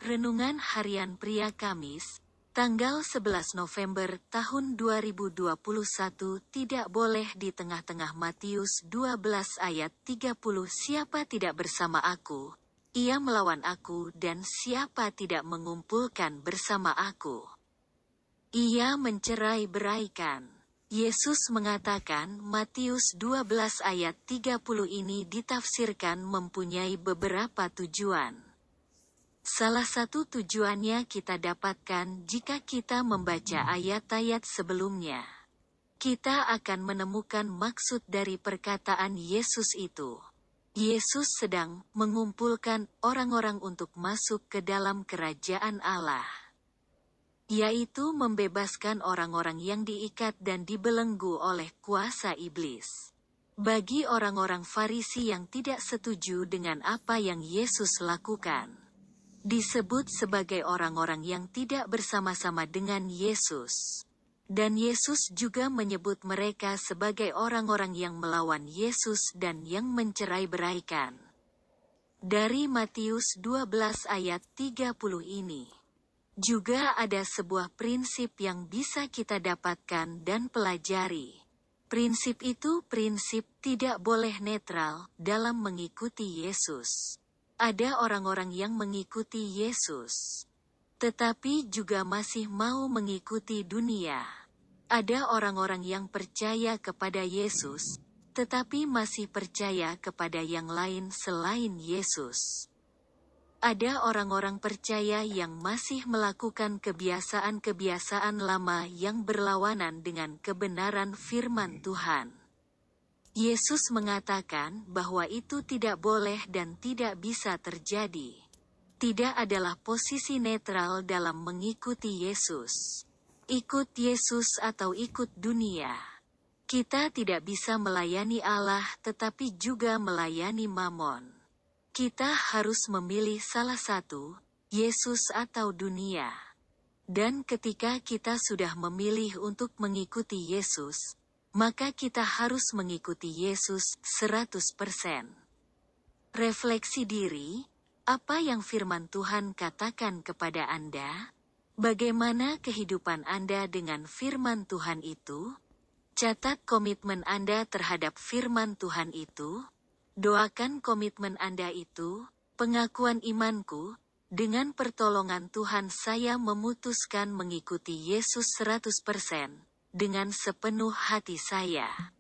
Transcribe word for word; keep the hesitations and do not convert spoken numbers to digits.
Renungan Harian Pria Kamis, tanggal sebelas November tahun dua ribu dua puluh satu. Tidak boleh di tengah-tengah. Matius dua belas ayat tiga puluh. Siapa tidak bersama aku, ia melawan aku, dan siapa tidak mengumpulkan bersama aku, ia mencerai-beraikan. Yesus mengatakan Matius dua belas ayat tiga puluh ini ditafsirkan mempunyai beberapa tujuan. Salah satu tujuannya kita dapatkan jika kita membaca ayat-ayat sebelumnya. Kita akan menemukan maksud dari perkataan Yesus itu. Yesus sedang mengumpulkan orang-orang untuk masuk ke dalam kerajaan Allah, yaitu membebaskan orang-orang yang diikat dan dibelenggu oleh kuasa iblis. Bagi orang-orang Farisi yang tidak setuju dengan apa yang Yesus lakukan, disebut sebagai orang-orang yang tidak bersama-sama dengan Yesus. Dan Yesus juga menyebut mereka sebagai orang-orang yang melawan Yesus dan yang mencerai-beraikan. Dari Matius dua belas ayat tiga puluh ini, juga ada sebuah prinsip yang bisa kita dapatkan dan pelajari. Prinsip itu prinsip tidak boleh netral dalam mengikuti Yesus. Ada orang-orang yang mengikuti Yesus, tetapi juga masih mau mengikuti dunia. Ada orang-orang yang percaya kepada Yesus, tetapi masih percaya kepada yang lain selain Yesus. Ada orang-orang percaya yang masih melakukan kebiasaan-kebiasaan lama yang berlawanan dengan kebenaran firman Tuhan. Yesus mengatakan bahwa itu tidak boleh dan tidak bisa terjadi. Tidak adalah posisi netral dalam mengikuti Yesus. Ikut Yesus atau ikut dunia. Kita tidak bisa melayani Allah tetapi juga melayani Mamon. Kita harus memilih salah satu, Yesus atau dunia. Dan ketika kita sudah memilih untuk mengikuti Yesus, maka kita harus mengikuti Yesus seratus persen. Refleksi diri, apa yang firman Tuhan katakan kepada Anda? Bagaimana kehidupan Anda dengan firman Tuhan itu? Catat komitmen Anda terhadap firman Tuhan itu. Doakan komitmen Anda itu. Pengakuan imanku, dengan pertolongan Tuhan saya memutuskan mengikuti Yesus seratus persen. Dengan sepenuh hati saya.